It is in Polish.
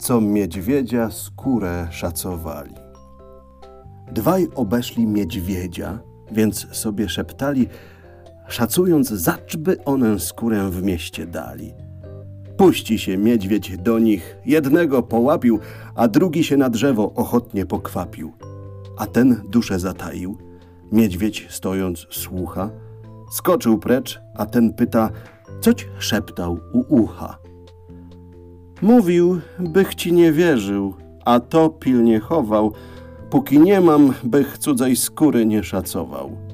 co miedźwiedzia skórę szacowali. Dwaj obeszli miedźwiedzia, więc sobie szeptali, szacując, zaczby onę skórę w mieście dali. Puści się niedźwiedź do nich, jednego połapił, a drugi się na drzewo ochotnie pokwapił. A ten duszę zataił. Niedźwiedź stojąc słucha. Skoczył precz, a ten pyta, coć szeptał u ucha. Mówił, bych ci nie wierzył, a to pilnie chował, póki nie mam, bych cudzej skóry nie szacował.